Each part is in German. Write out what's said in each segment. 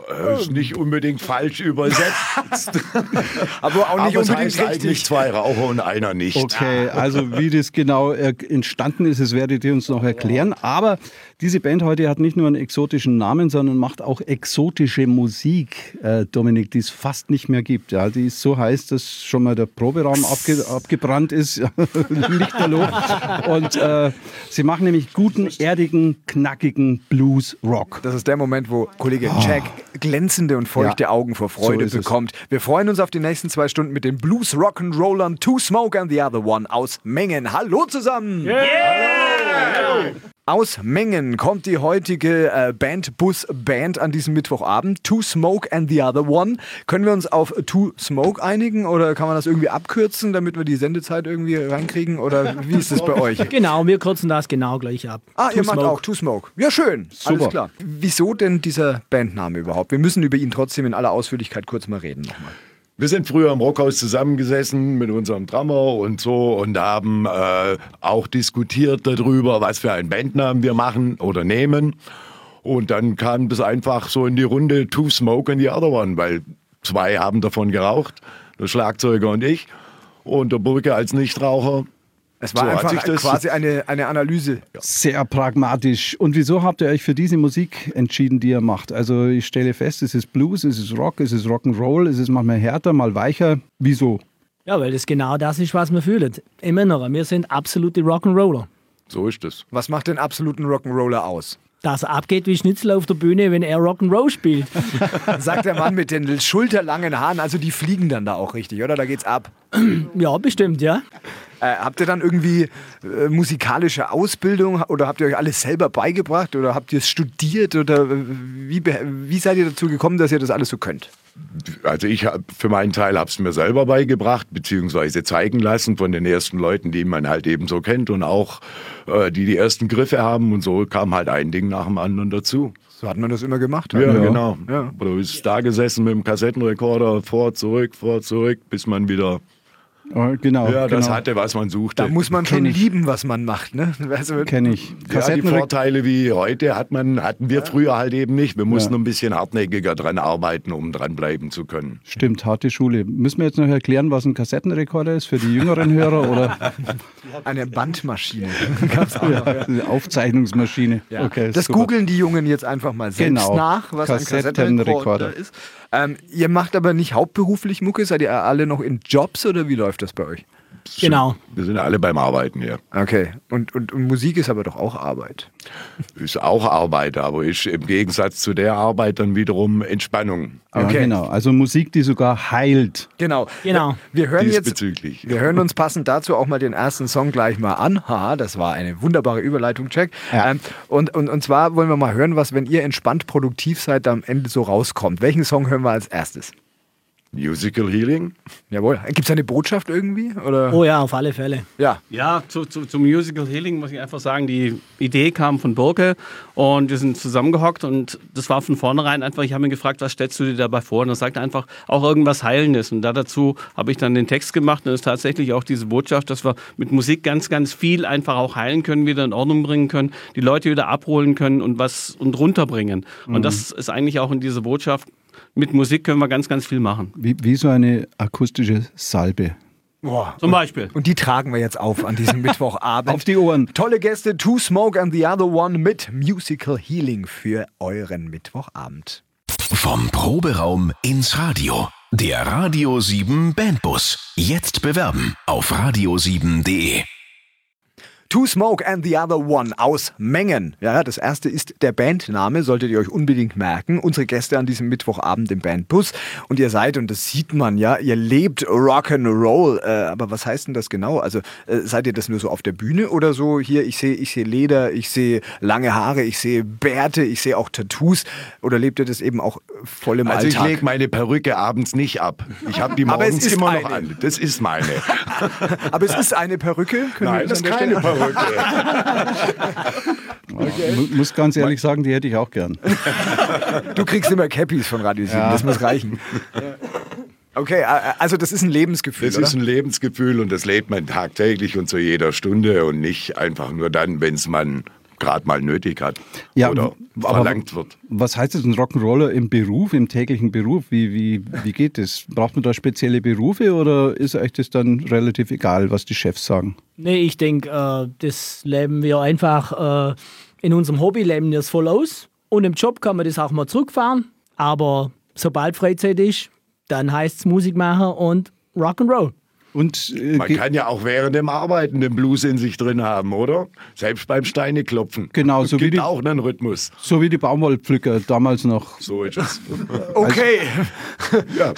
Ist nicht unbedingt falsch übersetzt. Aber auch nicht aber es unbedingt heißt richtig. eigentlich 2 Raucher und einer nicht. Okay, also wie das genau entstanden ist, das werdet ihr uns noch erklären. Aber diese Band heute hat nicht nur einen exotischen Namen, sondern macht auch exotische Musik, Dominik, die es fast nicht mehr gibt. Ja, die ist so heiß, dass schon mal der Proberaum abgebrannt ist. Lichterloh. Und sie machen nämlich guten, erdigen, knackigen Blues-Rock. Das ist der Moment, wo Kollege Jack glänzende und feuchte Augen vor Freude so ist bekommt. Wir freuen uns auf die nächsten 2 Stunden mit den Blues Rock'n'Rollern Two Smoke and the Other One aus Mengen. Hallo zusammen! Yeah! Hallo! Aus Mengen kommt die heutige Bandbus-Band an diesem Mittwochabend. Two Smoke and the Other One. Können wir uns auf Two Smoke einigen oder kann man das irgendwie abkürzen, damit wir die Sendezeit irgendwie reinkriegen? Oder wie ist das bei euch? Genau, wir kürzen das genau gleich ab. Ah, ihr macht auch Two Smoke. Ja, schön. Super. Alles klar. Wieso denn dieser Bandname überhaupt? Wir müssen über ihn trotzdem in aller Ausführlichkeit kurz mal reden nochmal. Wir sind früher im Rockhaus zusammengesessen mit unserem Drummer und so und haben auch diskutiert darüber, was für einen Bandnamen wir machen oder nehmen. Und dann kam das einfach so in die Runde Two Smoke and the Other One, weil 2 haben davon geraucht, der Schlagzeuger und ich. Und der Burke als Nichtraucher. Es war So hat einfach sich das- quasi eine Analyse. Sehr pragmatisch. Und wieso habt ihr euch für diese Musik entschieden, die ihr macht? Also ich stelle fest, es ist Blues, es ist Rock, es ist Rock'n'Roll, es ist manchmal härter, mal weicher. Wieso? Ja, weil das genau das ist, was wir fühlen. Immer noch, wir sind absolute Rock'n'Roller. So ist es. Was macht den absoluten Rock'n'Roller aus? Das abgeht wie Schnitzel auf der Bühne, wenn er Rock'n'Roll spielt. Sagt der Mann mit den schulterlangen Haaren. Also die fliegen dann da auch richtig, oder? Da geht's ab. Ja, bestimmt, ja. Habt ihr dann irgendwie musikalische Ausbildung oder habt ihr euch alles selber beigebracht oder habt ihr es studiert oder wie seid ihr dazu gekommen, dass ihr das alles so könnt? Also ich für meinen Teil habe es mir selber beigebracht, beziehungsweise zeigen lassen von den ersten Leuten, die man halt eben so kennt und auch die ersten Griffe haben und so kam halt ein Ding nach dem anderen dazu. So hat man das immer gemacht. Ja, genau. Ja. Oder du bist da gesessen mit dem Kassettenrekorder, vor, zurück, bis man wieder Genau. das genau. hatte, was man suchte. Da muss man schon Kenn ich. lieben, was man macht. Ne? Also, Kenne ich. Ja, die Vorteile wie heute hatten wir früher halt eben nicht. Wir mussten ein bisschen hartnäckiger dran arbeiten, um dranbleiben zu können. Stimmt, harte Schule. Müssen wir jetzt noch erklären, was ein Kassettenrekorder ist für die jüngeren Hörer? Oder? eine Bandmaschine. Gab's auch noch, ja. Eine Aufzeichnungsmaschine. Ja. Okay, Das super. googeln die Jungen jetzt einfach mal selbst Genau. nach, was ein Kassettenrekorder. Kassettenrekorder ist. Ihr macht aber nicht hauptberuflich Mucke, seid ihr alle noch in Jobs oder wie läuft das bei euch? Genau. Wir sind alle beim Arbeiten hier. Okay, und Musik ist aber doch auch Arbeit. Ist auch Arbeit, aber ist im Gegensatz zu der Arbeit dann wiederum Entspannung. Ja, Okay. genau. Also Musik, die sogar heilt. Genau. Genau. Wir hören jetzt, Diesbezüglich. wir hören uns passend dazu auch mal den ersten Song gleich mal an. Haha, das war eine wunderbare Überleitung, Jack. Ja. Und zwar wollen wir mal hören, was, wenn ihr entspannt produktiv seid, am Ende so rauskommt. Welchen Song hören wir als erstes? Musical Healing? Jawohl. Gibt es eine Botschaft irgendwie? Oder? Oh ja, auf alle Fälle. Ja. Ja, zum Musical Healing muss ich einfach sagen, die Idee kam von Burke und wir sind zusammengehockt und das war von vornherein einfach, ich habe ihn gefragt, was stellst du dir dabei vor? Und er sagte einfach auch irgendwas Heilendes und dazu habe ich dann den Text gemacht und es ist tatsächlich auch diese Botschaft, dass wir mit Musik ganz, ganz viel einfach auch heilen können, wieder in Ordnung bringen können, die Leute wieder abholen können und runterbringen. Und das ist eigentlich auch in dieser Botschaft. Mit Musik können wir ganz, ganz viel machen. Wie so eine akustische Salbe. Boah. Zum Beispiel. Und die tragen wir jetzt auf an diesem Mittwochabend. Auf die Ohren. Tolle Gäste, Two Smoke and the Other One mit Musical Healing für euren Mittwochabend. Vom Proberaum ins Radio. Der Radio 7 Bandbus. Jetzt bewerben auf radio7.de. Two Smoke and the Other One aus Mengen. Ja, das erste ist der Bandname, solltet ihr euch unbedingt merken. Unsere Gäste an diesem Mittwochabend im Bandbus. Und ihr seid, und das sieht man ja, ihr lebt Rock'n'Roll. Aber was heißt denn das genau? Also seid ihr das nur so auf der Bühne oder so? Hier, ich sehe Leder, ich sehe lange Haare, ich sehe Bärte, ich sehe auch Tattoos. Oder lebt ihr das eben auch voll im Also ich Alltag? lege meine Perücke abends nicht ab. Ich habe die Aber es morgens ist immer noch eine. an. Das ist meine. Aber es ist eine Perücke? Können wir Nein, das an ist der keine Stelle- Perücke. Muss ganz ehrlich sagen, die hätte ich auch gern. Du kriegst immer Cappies von Radio 7, das muss reichen. Okay, also das ist ein Lebensgefühl, Das oder? ist ein Lebensgefühl und das lebt man tagtäglich und zu jeder Stunde und nicht einfach nur dann, wenn es man gerade mal nötig hat Ja, oder aber verlangt wird. Was heißt das, ein Rock'n'Roller im Beruf, im täglichen Beruf? Wie geht das? Braucht man da spezielle Berufe oder ist euch das dann relativ egal, was die Chefs sagen? Nee, ich denke, das leben wir einfach in unserem Hobby, leben wir es voll aus. Und im Job kann man das auch mal zurückfahren. Aber sobald Freizeit ist, dann heißt es Musik machen und Rock'n'Roll. Und Man kann ja auch während dem Arbeiten den Blues in sich drin haben, oder? Selbst beim Steine klopfen. Genau, so Gibt wie die- auch einen Rhythmus. so wie die Baumwollpflücker damals noch. So ist es. Okay. Ja.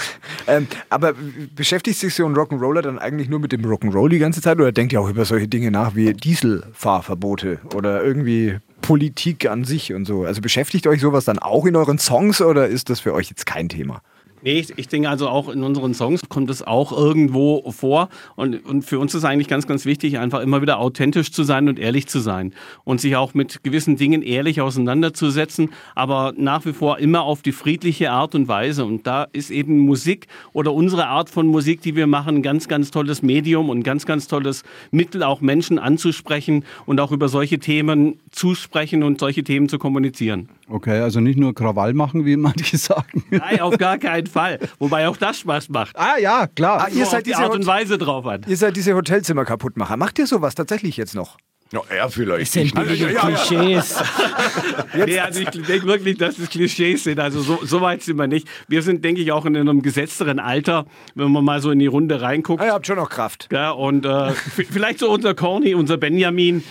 Aber beschäftigt sich so ein Rock'n'Roller dann eigentlich nur mit dem Rock'n'Roll die ganze Zeit oder denkt ihr auch über solche Dinge nach wie Dieselfahrverbote oder irgendwie Politik an sich und so? Also beschäftigt euch sowas dann auch in euren Songs oder ist das für euch jetzt kein Thema? Nee, ich denke also auch in unseren Songs kommt es auch irgendwo vor und für uns ist eigentlich ganz, ganz wichtig, einfach immer wieder authentisch zu sein und ehrlich zu sein und sich auch mit gewissen Dingen ehrlich auseinanderzusetzen, aber nach wie vor immer auf die friedliche Art und Weise und da ist eben Musik oder unsere Art von Musik, die wir machen, ein ganz, ganz tolles Medium und ein ganz, ganz tolles Mittel, auch Menschen anzusprechen und auch über solche Themen zu sprechen und solche Themen zu kommunizieren. Okay, also nicht nur Krawall machen, wie manche sagen. Nein, auf gar keinen Fall. Wobei auch das Spaß macht. Ah ja, klar. Ihr Nur seid auf die diese Art und Weise drauf an. Ihr seid diese Hotelzimmer Kaputtmacher. Macht ihr sowas tatsächlich jetzt noch? Ja, er vielleicht. Das sind Ich nicht. billige Ja, ja. Klischees. Nee, also ich denke wirklich, dass es Klischees sind. Also so weit sind wir nicht. Wir sind, denke ich, auch in einem gesetzteren Alter, wenn man mal so in die Runde reinguckt. Ah, ihr habt schon noch Kraft. Ja, und vielleicht so unser Corny, unser Benjamin,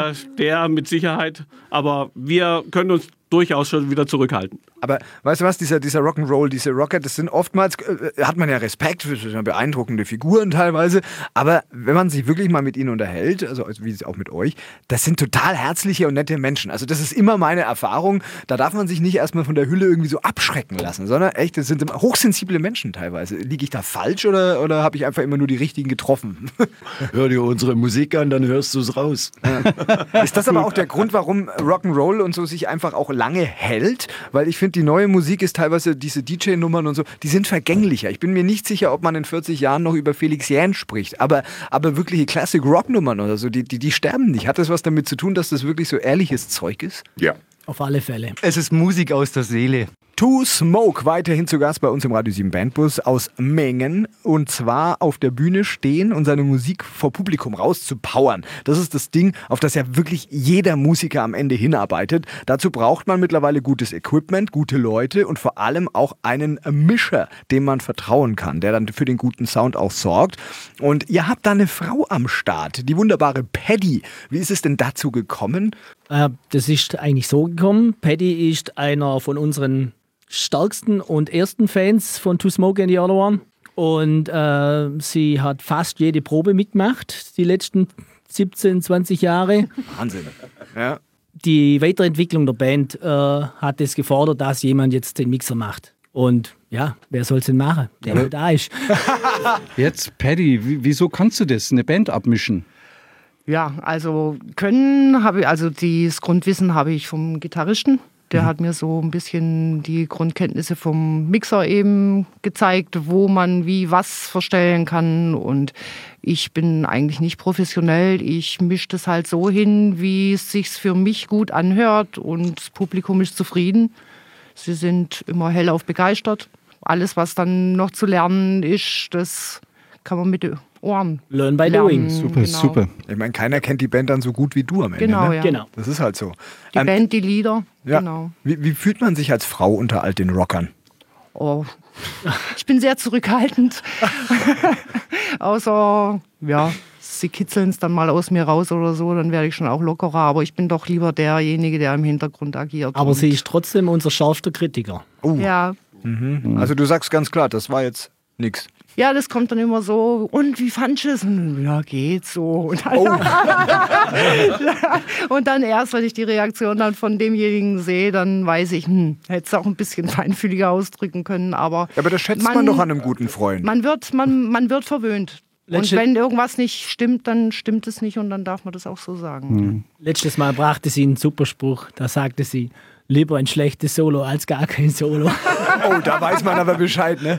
der mit Sicherheit. Aber wir können uns durchaus schon wieder zurückhalten. Aber weißt du was, dieser Rock'n'Roll, diese Rocker, das sind oftmals, hat man ja Respekt für beeindruckende Figuren teilweise, aber wenn man sich wirklich mal mit ihnen unterhält, also wie es auch mit euch, das sind total herzliche und nette Menschen. Also das ist immer meine Erfahrung, da darf man sich nicht erstmal von der Hülle irgendwie so abschrecken lassen, sondern echt, das sind immer hochsensible Menschen teilweise. Liege ich da falsch oder habe ich einfach immer nur die richtigen getroffen? Hör dir unsere Musik an, dann hörst du es raus. Ist das aber auch der Grund, warum Rock'n'Roll und so sich einfach auch lange hält? Weil ich finde, die neue Musik ist teilweise, diese DJ-Nummern und so, die sind vergänglicher. Ich bin mir nicht sicher, ob man in 40 Jahren noch über Felix Jähn spricht, aber wirkliche Classic-Rock-Nummern oder so, die sterben nicht. Hat das was damit zu tun, dass das wirklich so ehrliches Zeug ist? Ja. Auf alle Fälle. Es ist Musik aus der Seele. To Smoke, weiterhin zu Gast bei uns im Radio 7 Bandbus aus Mengen. Und zwar auf der Bühne stehen und seine Musik vor Publikum rauszupowern. Das ist das Ding, auf das ja wirklich jeder Musiker am Ende hinarbeitet. Dazu braucht man mittlerweile gutes Equipment, gute Leute und vor allem auch einen Mischer, dem man vertrauen kann, der dann für den guten Sound auch sorgt. Und ihr habt da eine Frau am Start, die wunderbare Paddy. Wie ist es denn dazu gekommen? Das ist eigentlich so gekommen. Paddy ist einer von unseren stärksten und ersten Fans von To Smoke and the Other One. Und sie hat fast jede Probe mitgemacht, die letzten 17, 20 Jahre. Wahnsinn. Ja. Die Weiterentwicklung der Band hat es gefordert, dass jemand jetzt den Mixer macht. Und ja, wer soll es denn machen, der halt da ist. Jetzt, Paddy, wieso kannst du das, eine Band abmischen? Ja, also das Grundwissen habe ich vom Gitarristen. Der hat mir so ein bisschen die Grundkenntnisse vom Mixer eben gezeigt, wo man wie was verstellen kann. Und ich bin eigentlich nicht professionell. Ich mische das halt so hin, wie es sich für mich gut anhört. Und das Publikum ist zufrieden. Sie sind immer hellauf begeistert. Alles, was dann noch zu lernen ist, das kann man mit den Ohren Learn by lernen. doing. Super, Genau. super. Ich meine, keiner kennt die Band dann so gut wie du am Ende. Genau, ne? ja. Genau. Das ist halt so. Die Band, die Lieder. Ja. Genau. Wie fühlt man sich als Frau unter all den Rockern? Oh, ich bin sehr zurückhaltend. Außer, ja, sie kitzeln es dann mal aus mir raus oder so, dann werde ich schon auch lockerer. Aber ich bin doch lieber derjenige, der im Hintergrund agiert. Aber Und- sie ist trotzdem unser scharfster Kritiker. Ja. Also du sagst ganz klar, das war jetzt nix. Ja, das kommt dann immer so, und wie fandst du es? Und, ja, geht so. Und dann, und dann erst, wenn ich die Reaktion dann von demjenigen sehe, dann weiß ich, hätte es auch ein bisschen feinfühliger ausdrücken können. Aber, Ja, aber das schätzt man doch an einem guten Freund. man wird verwöhnt. Und Letzte- wenn irgendwas nicht stimmt, dann stimmt es nicht und dann darf man das auch so sagen. Letztes Mal brachte sie einen Superspruch. Da sagte sie, lieber ein schlechtes Solo als gar kein Solo. Oh, da weiß man aber Bescheid, ne?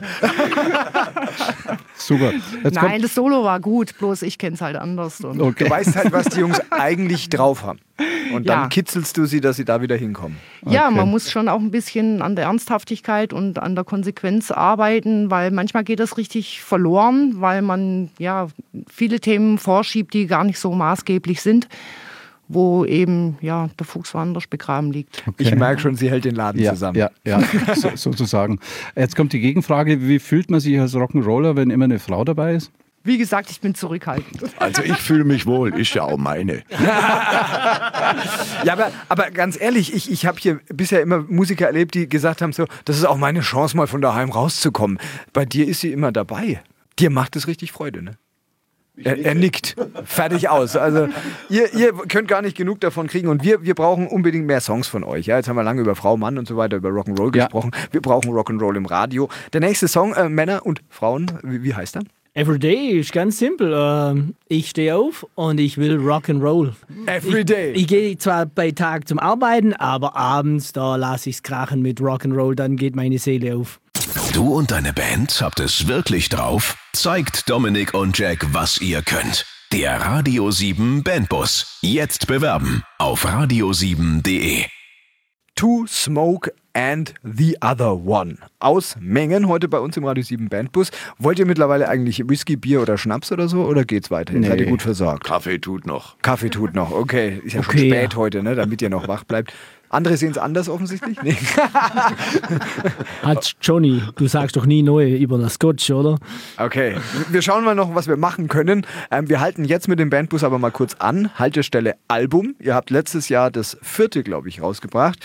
Super. Nein, das Solo war gut, bloß ich kenne es halt anders. Und Okay. Du weißt halt, was die Jungs eigentlich drauf haben. Und dann Ja. kitzelst du sie, dass sie da wieder hinkommen. ja, Okay. man muss schon auch ein bisschen an der Ernsthaftigkeit und an der Konsequenz arbeiten, weil manchmal geht das richtig verloren, weil man ja viele Themen vorschiebt, die gar nicht so maßgeblich sind, wo eben ja der Fuchs woanders begraben liegt. Ich merke schon, sie hält den Laden zusammen. Ja, sozusagen. Jetzt kommt die Gegenfrage, wie fühlt man sich als Rock'n'Roller, wenn immer eine Frau dabei ist? Wie gesagt, ich bin zurückhaltend. Also ich fühle mich wohl, ist ja auch meine. Ja, aber ganz ehrlich, ich habe hier bisher immer Musiker erlebt, die gesagt haben, so, das ist auch meine Chance, mal von daheim rauszukommen. Bei dir ist sie immer dabei. Dir macht es richtig Freude, ne? Er nickt. Fertig aus. Also ihr könnt gar nicht genug davon kriegen und wir brauchen unbedingt mehr Songs von euch. Ja, jetzt haben wir lange über Frau, Mann und so weiter, über Rock'n'Roll gesprochen. Wir brauchen Rock'n'Roll im Radio. Der nächste Song, Männer und Frauen, wie heißt er? Everyday ist ganz simpel. Ich stehe auf und ich will Rock'n'Roll. Everyday. Ich gehe zwar bei Tag zum Arbeiten, aber abends, da lasse ich es krachen mit Rock'n'Roll, dann geht meine Seele auf. Du und deine Band habt es wirklich drauf? Zeigt Dominik und Jack, was ihr könnt. Der Radio 7 Bandbus. Jetzt bewerben auf radio7.de. To Smoke and the Other One. Aus Mengen heute bei uns im Radio 7 Bandbus. Wollt ihr mittlerweile eigentlich Whisky, Bier oder Schnaps oder so? Oder geht's weiterhin? Nee. Seid ihr gut versorgt? Kaffee tut noch. Kaffee tut noch, okay. Ist ja schon Okay, spät ja. heute, ne? Damit ihr noch wach bleibt. Andere sehen es anders offensichtlich? Nee. Hat Johnny, du sagst doch nie neu über das Scotch, oder? Okay, wir schauen mal noch, was wir machen können. Wir halten jetzt mit dem Bandbus aber mal kurz an. Haltestelle Album. Ihr habt letztes Jahr das 4., glaube ich, rausgebracht.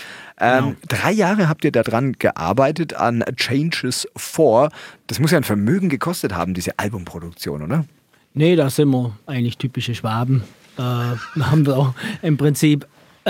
3 Jahre habt ihr daran gearbeitet an Changes 4. Das muss ja ein Vermögen gekostet haben, diese Albumproduktion, oder? Nee, da sind wir eigentlich typische Schwaben. Haben wir auch im Prinzip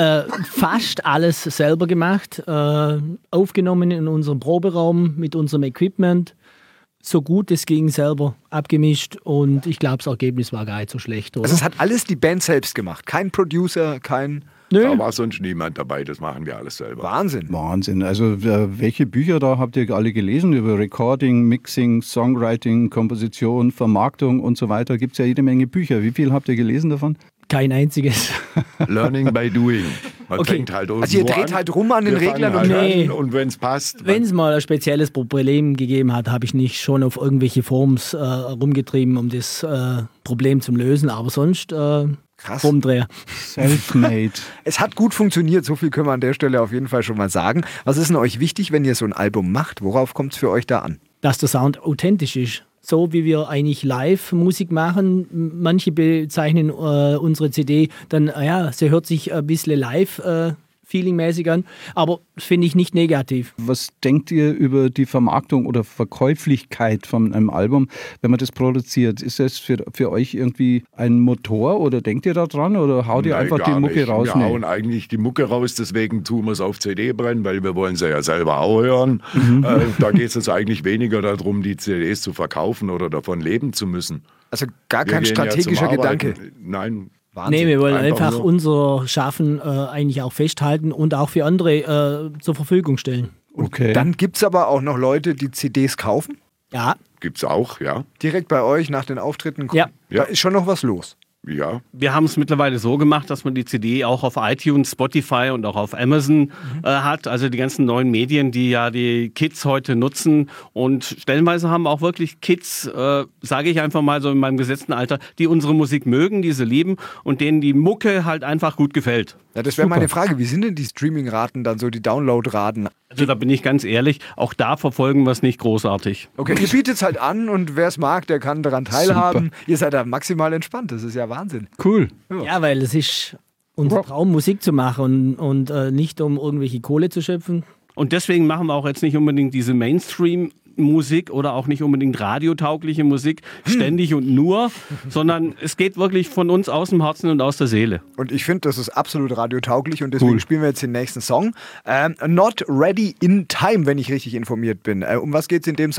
fast alles selber gemacht, aufgenommen in unserem Proberaum mit unserem Equipment. So gut es ging, selber abgemischt und ich glaube, das Ergebnis war gar nicht so schlecht. Oder? Also es hat alles die Band selbst gemacht. Kein Producer, kein... Nö, Da war sonst niemand dabei, das machen wir alles selber. Wahnsinn. Wahnsinn. Also welche Bücher da habt ihr alle gelesen über Recording, Mixing, Songwriting, Komposition, Vermarktung und so weiter? Gibt es ja jede Menge Bücher. Wie viel habt ihr gelesen davon? kein einziges. Learning by doing. Man Okay. fängt halt Also ihr dreht halt rum an den Wir fangen Reglern halt und... Nee. an und wenn es passt. Wenn es mal ein spezielles Problem gegeben hat, habe ich nicht schon auf irgendwelche Forms rumgetrieben, um das Problem zu lösen, aber sonst Krass. Rumdreher. Selfmade. Es hat gut funktioniert, so viel können wir an der Stelle auf jeden Fall schon mal sagen. Was ist denn euch wichtig, wenn ihr so ein Album macht? Worauf kommt es für euch da an? Dass der Sound authentisch ist. So wie wir eigentlich live Musik machen. Manche bezeichnen unsere CD dann, ja, sie hört sich ein bisschen live feelingmäßig an, aber finde ich nicht negativ. Was denkt ihr über die Vermarktung oder Verkäuflichkeit von einem Album, wenn man das produziert? Ist das für euch irgendwie ein Motor oder denkt ihr da dran oder haut ihr Nein, einfach die gar Mucke nicht. raus? Wir hauen eigentlich die Mucke raus, deswegen tun wir es auf CD brennen, weil wir wollen sie ja selber auch hören. Da geht es uns eigentlich weniger darum, die CDs zu verkaufen oder davon leben zu müssen. Also gar Wir kein gehen ja strategischer zum Gedanke. Arbeiten. Nein. Wahnsinn. Nee, wir wollen Einfach einfach nur- unser Schaffen eigentlich auch festhalten und auch für andere zur Verfügung stellen. Okay. Dann gibt es aber auch noch Leute, die CDs kaufen. Ja, Gibt's auch, ja. Direkt bei euch nach den Auftritten. Ja. Da Ja. ist schon noch was los. Ja. Wir haben es mittlerweile so gemacht, dass man die CD auch auf iTunes, Spotify und auch auf Amazon hat. Also die ganzen neuen Medien, die ja die Kids heute nutzen. Und stellenweise haben auch wirklich Kids, sage ich einfach mal so in meinem gesetzten Alter, die unsere Musik mögen, die sie lieben und denen die Mucke halt einfach gut gefällt. Ja, das wäre Super. meine Frage. Wie sind denn die Streaming-Raten dann so, die Download-Raten? Also da bin ich ganz ehrlich, auch da verfolgen wir es nicht großartig. Okay, ihr bietet es halt an und wer es mag, der kann daran teilhaben. Ihr seid da maximal entspannt. Das ist ja Wahnsinn. Cool. ja, weil es ist unser Traum, Musik zu machen und nicht um irgendwelche Kohle zu schöpfen. Und deswegen machen wir auch jetzt nicht unbedingt diese Mainstream-Musik oder auch nicht unbedingt radiotaugliche Musik, ständig und nur, sondern es geht wirklich von uns aus dem Herzen und aus der Seele. Und ich finde, das ist absolut radiotauglich und deswegen spielen wir jetzt den nächsten Song. Not Ready in Time, wenn ich richtig informiert bin. Um was geht's in dem Song?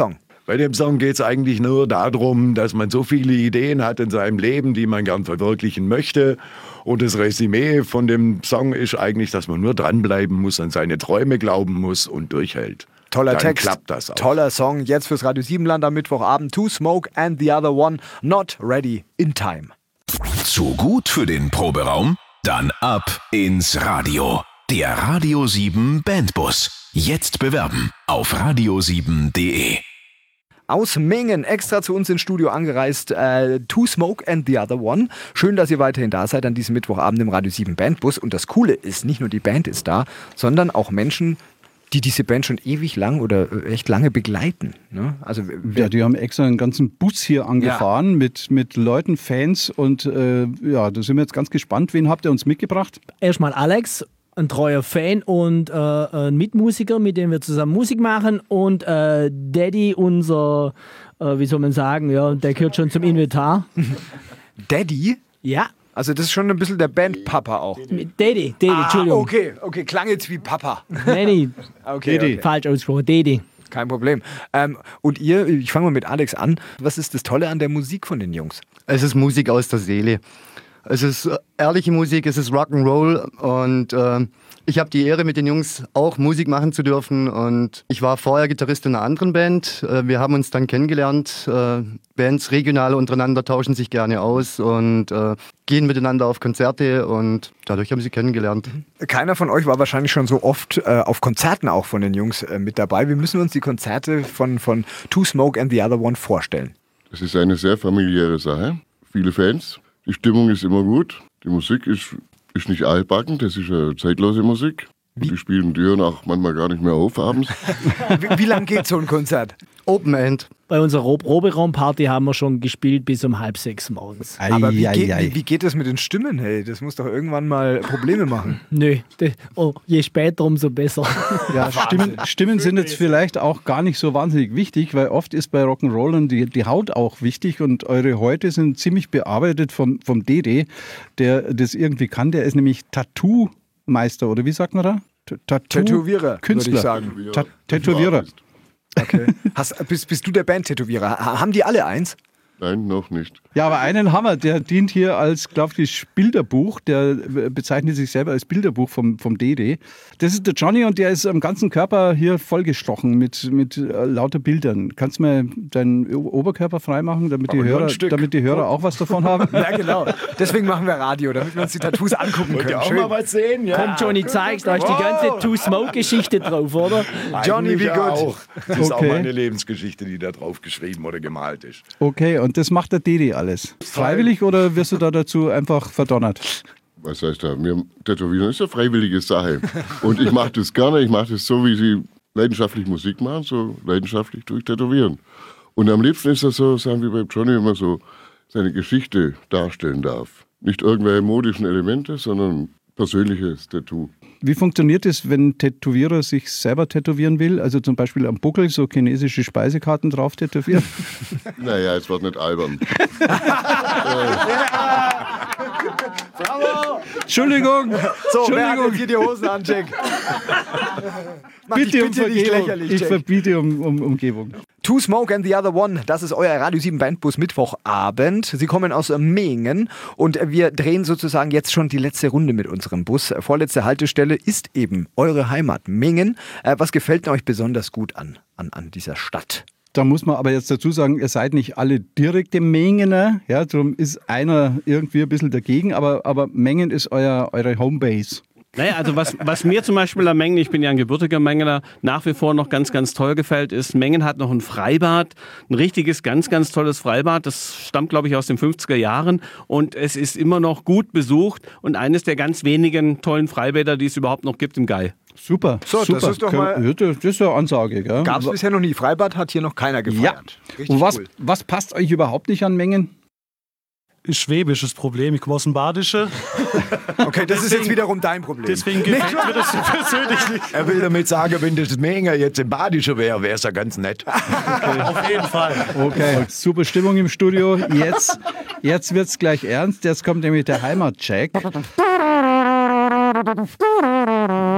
Bei dem Song geht es eigentlich nur darum, dass man so viele Ideen hat in seinem Leben, die man gern verwirklichen möchte. Und das Resümee von dem Song ist eigentlich, dass man nur dranbleiben muss, an seine Träume glauben muss und durchhält. Toller Dann Text, klappt das auch. toller Song. Jetzt fürs Radio Siebenland am Mittwochabend. Two Smoke and the Other One, Not Ready in Time. Zu gut für den Proberaum? Dann ab ins Radio. Der Radio 7 Bandbus. Jetzt bewerben auf radio7.de. Aus Mengen extra zu uns ins Studio angereist, Two Smoke and the Other One. Schön, dass ihr weiterhin da seid an diesem Mittwochabend im Radio 7 Bandbus. Und das Coole ist, nicht nur die Band ist da, sondern auch Menschen, die diese Band schon ewig lang oder echt lange begleiten. Ne? Also, Ja, die haben extra einen ganzen Bus hier angefahren mit Leuten, Fans und ja, da sind wir jetzt ganz gespannt. Wen habt ihr uns mitgebracht? Erstmal Alex, ein treuer Fan und ein Mitmusiker, mit dem wir zusammen Musik machen. Und Daddy, unser, wie soll man sagen, ja, der gehört schon zum Inventar. Daddy? Ja, Also das ist schon ein bisschen der Bandpapa auch. Daddy, Entschuldigung. Okay, klang jetzt wie Papa. Nee, Okay. falsch ausgesprochen, Daddy. Kein Problem. Und ihr, ich fange mal mit Alex an. Was ist das Tolle an der Musik von den Jungs? Es ist Musik aus der Seele. Es ist ehrliche Musik, es ist Rock'n'Roll und ich habe die Ehre, mit den Jungs auch Musik machen zu dürfen und ich war vorher Gitarrist in einer anderen Band. Wir haben uns dann kennengelernt. Bands regional untereinander tauschen sich gerne aus und gehen miteinander auf Konzerte und dadurch haben sie kennengelernt. Keiner von euch war wahrscheinlich schon so oft auf Konzerten auch von den Jungs mit dabei. Wie müssen wir uns die Konzerte von Two Smoke and the Other One vorstellen? Es ist eine sehr familiäre Sache. Viele Fans. Die Stimmung ist immer gut. Die Musik ist nicht altbacken, das ist eine zeitlose Musik. Und die spielen die hören auch manchmal gar nicht mehr auf abends. Wie lange geht so ein Konzert? Open End. Bei unserer Proberaumparty haben wir schon gespielt bis um 5:30 morgens. Aber wie geht das mit den Stimmen? Hey, das muss doch irgendwann mal Probleme machen. Nö, je später, umso besser. Ja, Stimmen sind jetzt vielleicht auch gar nicht so wahnsinnig wichtig, weil oft ist bei Rock'n'Rollern die Haut auch wichtig und eure Häute sind ziemlich bearbeitet vom Dede, der das irgendwie kann. Der ist nämlich Tattoo-Meister, oder wie sagt man da? Tätowierer, Künstler. würde ich sagen. Tätowierer. Okay. Bist du der Band-Tätowierer? Haben die alle eins? Nein, noch nicht. Ja, aber einen Hammer, der dient hier als, glaube ich, Bilderbuch. Der bezeichnet sich selber als Bilderbuch vom Dede. Das ist der Johnny und der ist am ganzen Körper hier vollgestochen mit lauter Bildern. Kannst du mal deinen Oberkörper freimachen, damit die Hörer auch was davon haben? Ja, genau. Deswegen machen wir Radio, damit wir uns die Tattoos angucken können. Auch mal was sehen? Ja. Komm, Johnny, zeig's, da ist die ganze Two-Smoke-Geschichte drauf, oder? Johnny, wie Eigentlich gut. auch. Das ist auch Okay. meine Lebensgeschichte, die da drauf geschrieben oder gemalt ist. Okay, und das macht der Dede alles. Freiwillig oder wirst du da dazu einfach verdonnert? Was heißt da? Mir Tätowieren ist eine freiwillige Sache. Und ich mache das gerne. Ich mache das so, wie sie leidenschaftlich Musik machen, so leidenschaftlich durch Tätowieren. Und am liebsten ist das so, sagen wir bei Johnny immer so, seine Geschichte darstellen darf. Nicht irgendwelche modischen Elemente, sondern persönliches Tattoo. Wie funktioniert es, wenn ein Tätowierer sich selber tätowieren will? Also zum Beispiel am Buckel so chinesische Speisekarten drauf tätowieren? Naja, es wird nicht albern. Entschuldigung! So, wer hat jetzt hier die Hosen an, Jack? Mach dich Bitte um nicht Vergebung. lächerlich, Ich Jack. verbiete um Umgebung. Two Smoke and the Other One, das ist euer Radio 7 Bandbus Mittwochabend. Sie kommen aus Mengen und wir drehen sozusagen jetzt schon die letzte Runde mit unserem Bus. Vorletzte Haltestelle ist eben eure Heimat Mengen. Was gefällt euch besonders gut an dieser Stadt? Da muss man aber jetzt dazu sagen, ihr seid nicht alle direkte Mengener. Ja, darum ist einer irgendwie ein bisschen dagegen, aber Mengen ist eure Homebase. Naja, also was mir zum Beispiel an Mengen, ich bin ja ein gebürtiger Mengener, nach wie vor noch ganz, ganz toll gefällt, ist, Mengen hat noch ein Freibad, ein richtiges, ganz, ganz tolles Freibad. Das stammt, glaube ich, aus den 50er Jahren und es ist immer noch gut besucht und eines der ganz wenigen tollen Freibäder, die es überhaupt noch gibt im Gei. Super, So, das super. ist doch mal- Das ist ja eine Ansage. Gell? Gab es bisher noch nie. Freibad hat hier noch keiner Ja. gefeiert. Richtig Und was, cool. was passt euch überhaupt nicht an Mengen? Schwäbisches Problem. Ich komme aus dem Badische. Okay, das ist jetzt wiederum dein Problem. Deswegen gefällt mir das persönlich nicht. Er will damit sagen, wenn das Menger jetzt im Badische wäre, wäre es ja ganz nett. Auf jeden Fall. Okay, super Stimmung im Studio. Jetzt wird es gleich ernst. Jetzt kommt nämlich der Heimatcheck.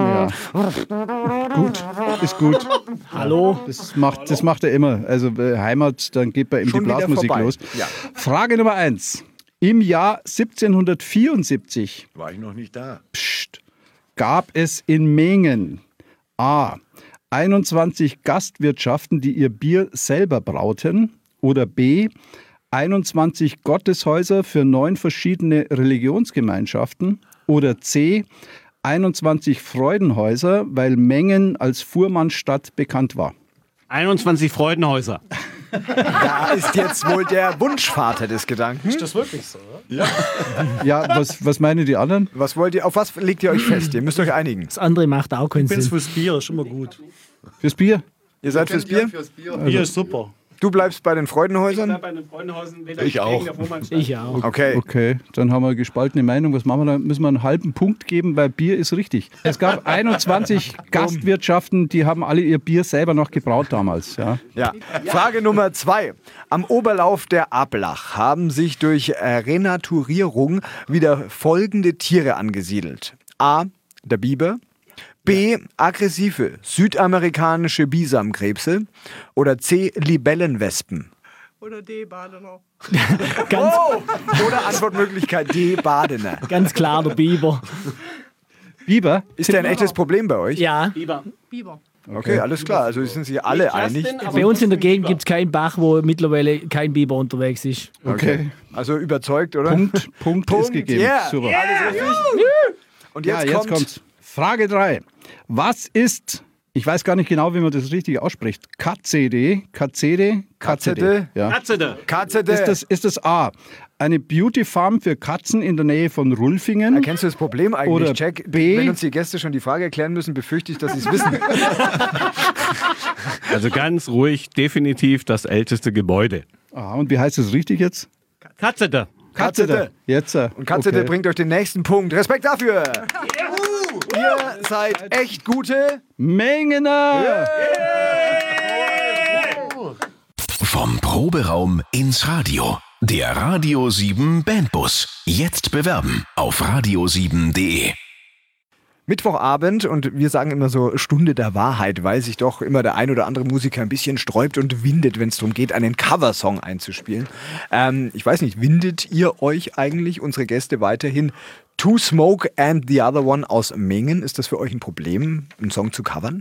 Ja. Gut, ist gut. Hallo? Das macht er immer. Also Heimat, dann geht bei ihm Schon die wieder Blasmusik vorbei. los. Ja. Frage Nummer 1. Im Jahr 1774 War ich noch nicht da. gab es in Mengen A. 21 Gastwirtschaften, die ihr Bier selber brauten, oder B. 21 Gotteshäuser für 9 verschiedene Religionsgemeinschaften, oder C. 21 Freudenhäuser, weil Mengen als Fuhrmannstadt bekannt war. 21 Freudenhäuser. Da ist jetzt wohl der Wunschvater des Gedanken. Ist das wirklich so? Oder? Ja, was meinen die anderen? Auf was legt ihr euch fest? Ihr müsst euch einigen. Das andere macht auch keinen Ich bin's Sinn. fürs Bier, ist immer gut. Fürs Bier? Ihr seid fürs Bier? Bier ist super. Du bleibst bei den Freudenhäusern? Bei den Freudenhäusern weder Ich auch. Ich auch. Okay. Okay, dann haben wir eine gespaltene Meinung. Was machen wir da? Müssen wir einen halben Punkt geben, weil Bier ist richtig. Es gab 21 Gastwirtschaften, die haben alle ihr Bier selber noch gebraut damals. Ja. Ja. Frage Nummer 2. Am Oberlauf der Ablach haben sich durch Renaturierung wieder folgende Tiere angesiedelt. A. Der Biber. B. Aggressive südamerikanische Bisamkrebse. Oder C. Libellenwespen. Oder D, Badener. Oder Antwortmöglichkeit D. Badener. Ganz klar, der Biber. Biber? Ist der ein echtes Problem bei euch? Ja. Biber. Okay, alles klar. Also sind sich alle einig. Bei uns in der Gegend gibt es keinen Bach, wo mittlerweile kein Biber unterwegs ist. Okay. Also überzeugt, oder? Punkt ist gegeben. Yeah. Super. Alles richtig. Und Ja, jetzt kommt's. Frage 3. Was ist, ich weiß gar nicht genau, wie man das richtig ausspricht, KZD? Ja. KZD. Ist das A, eine Beauty-Farm für Katzen in der Nähe von Rulfingen? Erkennst du das Problem eigentlich, Oder Jack? B. Wenn uns die Gäste schon die Frage erklären müssen, befürchte ich, dass sie es wissen. Also ganz ruhig, definitiv das älteste Gebäude. Aha, und wie heißt das richtig jetzt? KZD. KZD. Jetzt. Und KZD okay. bringt euch den nächsten Punkt. Respekt dafür. Ihr seid echt gute Mengener! Vom Proberaum ins Radio. Der Radio 7 Bandbus. Jetzt bewerben auf radio7.de. Mittwochabend und wir sagen immer so Stunde der Wahrheit, weil sich doch immer der ein oder andere Musiker ein bisschen sträubt und windet, wenn es darum geht, einen Coversong einzuspielen. Ich weiß nicht, windet ihr euch eigentlich, unsere Gäste, weiterhin To Smoke and the Other One aus Mengen? Ist das für euch ein Problem, einen Song zu covern?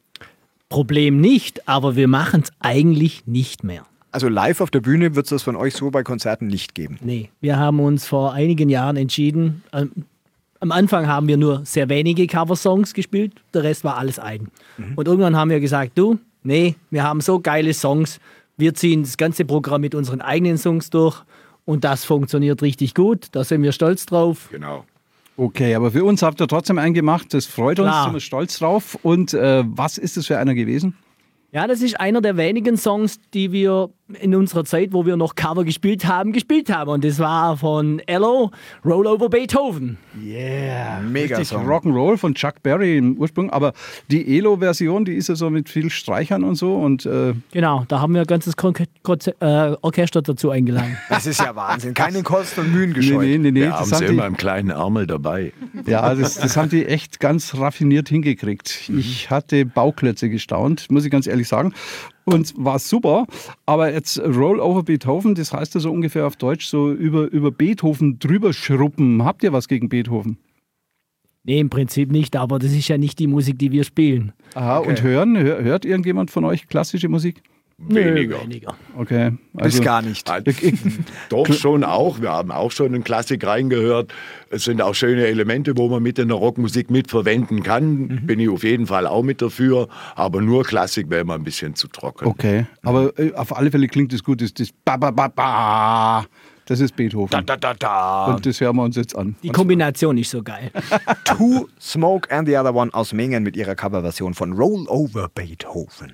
Problem nicht, aber wir machen es eigentlich nicht mehr. Also live auf der Bühne wird es das von euch so bei Konzerten nicht geben? Nee, wir haben uns vor einigen Jahren entschieden, am Anfang haben wir nur sehr wenige Coversongs gespielt, der Rest war alles eigen. Und irgendwann haben wir gesagt, wir haben so geile Songs, wir ziehen das ganze Programm mit unseren eigenen Songs durch und das funktioniert richtig gut, da sind wir stolz drauf. Genau. Okay, aber für uns habt ihr trotzdem einen gemacht, das freut uns, Klar. sind wir stolz drauf. Und was ist das für einer gewesen? Ja, das ist einer der wenigen Songs, die wir in unserer Zeit, wo wir noch Cover gespielt haben. Und das war von ELO, Roll Over Beethoven. Yeah, Mega richtig Song. Rock'n'Roll von Chuck Berry im Ursprung. Aber die ELO-Version, die ist ja so mit viel Streichern und so. Und Genau, da haben wir ein ganzes Orchester dazu eingeladen. Das ist ja Wahnsinn. Keine Kosten und Mühen gescheut. nee, Wir das haben haben sie die, immer im kleinen Ärmel dabei. ja, das haben die echt ganz raffiniert hingekriegt. Ich hatte Bauklötze gestaunt, muss ich ganz ehrlich sagen. Und war super. Aber jetzt Roll Over Beethoven, das heißt ja so ungefähr auf Deutsch so über Beethoven drüber schruppen. Habt ihr was gegen Beethoven? Nee, im Prinzip nicht, aber das ist ja nicht die Musik, die wir spielen. Aha, und hören? Hört irgendjemand von euch klassische Musik? Weniger. Nö, weniger. Okay. Bis gar nicht. Doch, schon auch. Wir haben auch schon in Klassik reingehört. Es sind auch schöne Elemente, wo man mit in der Rockmusik mitverwenden kann. Bin ich auf jeden Fall auch mit dafür. Aber nur Klassik wäre immer ein bisschen zu trocken. Okay, aber auf alle Fälle klingt es gut. Das ba, ba, ba, ba. Das ist Beethoven. Und das hören wir uns jetzt an. Die Kombination ist so geil. To Smoke and the Other One aus Mengen mit ihrer Coverversion von Roll Over Beethoven.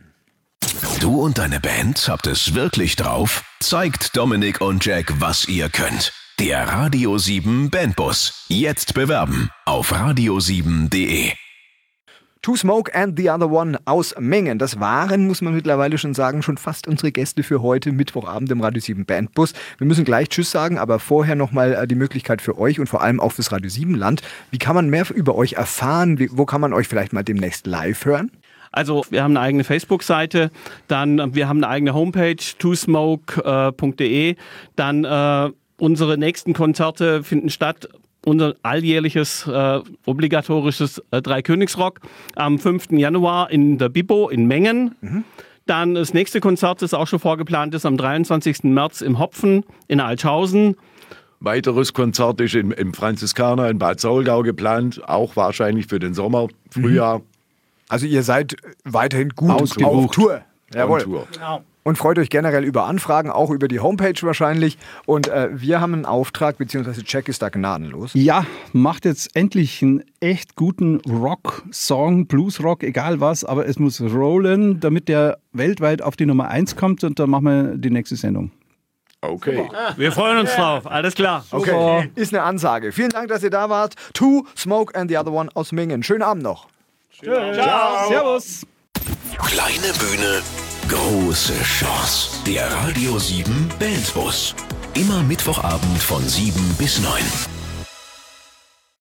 Du und deine Band habt es wirklich drauf? Zeigt Dominik und Jack, was ihr könnt. Der Radio 7 Bandbus. Jetzt bewerben auf radio7.de. Two Smoke and the Other One aus Mengen. Das waren, muss man mittlerweile schon sagen, schon fast unsere Gäste für heute Mittwochabend im Radio 7 Bandbus. Wir müssen gleich Tschüss sagen, aber vorher nochmal die Möglichkeit für euch und vor allem auch fürs Radio 7 Land. Wie kann man mehr über euch erfahren? Wo kann man euch vielleicht mal demnächst live hören? Also wir haben eine eigene Facebook-Seite, dann wir haben eine eigene Homepage, twosmoke.de, dann unsere nächsten Konzerte finden statt. Unser alljährliches obligatorisches Dreikönigsrock am 5. Januar in der Bibo in Mengen. Dann das nächste Konzert, das auch schon vorgeplant ist, am 23. März im Hopfen in Altschausen. Weiteres Konzert ist im Franziskaner in Bad Saulgau geplant, auch wahrscheinlich für den Sommer, Frühjahr. Also ihr seid weiterhin gut Ausgebucht. auf Tour. Jawohl. Tour. Genau. Und freut euch generell über Anfragen, auch über die Homepage wahrscheinlich. Und wir haben einen Auftrag, beziehungsweise Jack ist da gnadenlos. Ja, macht jetzt endlich einen echt guten Rock-Song, Blues-Rock, egal was, aber es muss rollen, damit der weltweit auf die Nummer 1 kommt und dann machen wir die nächste Sendung. Okay. Wir freuen uns drauf, alles klar. Okay, ist eine Ansage. Vielen Dank, dass ihr da wart. Two Smoke and the Other One aus Mengen. Schönen Abend noch. Ciao. Servus. Kleine Bühne, große Chance. Der Radio 7 Bandbus. Immer Mittwochabend von 7 bis 9.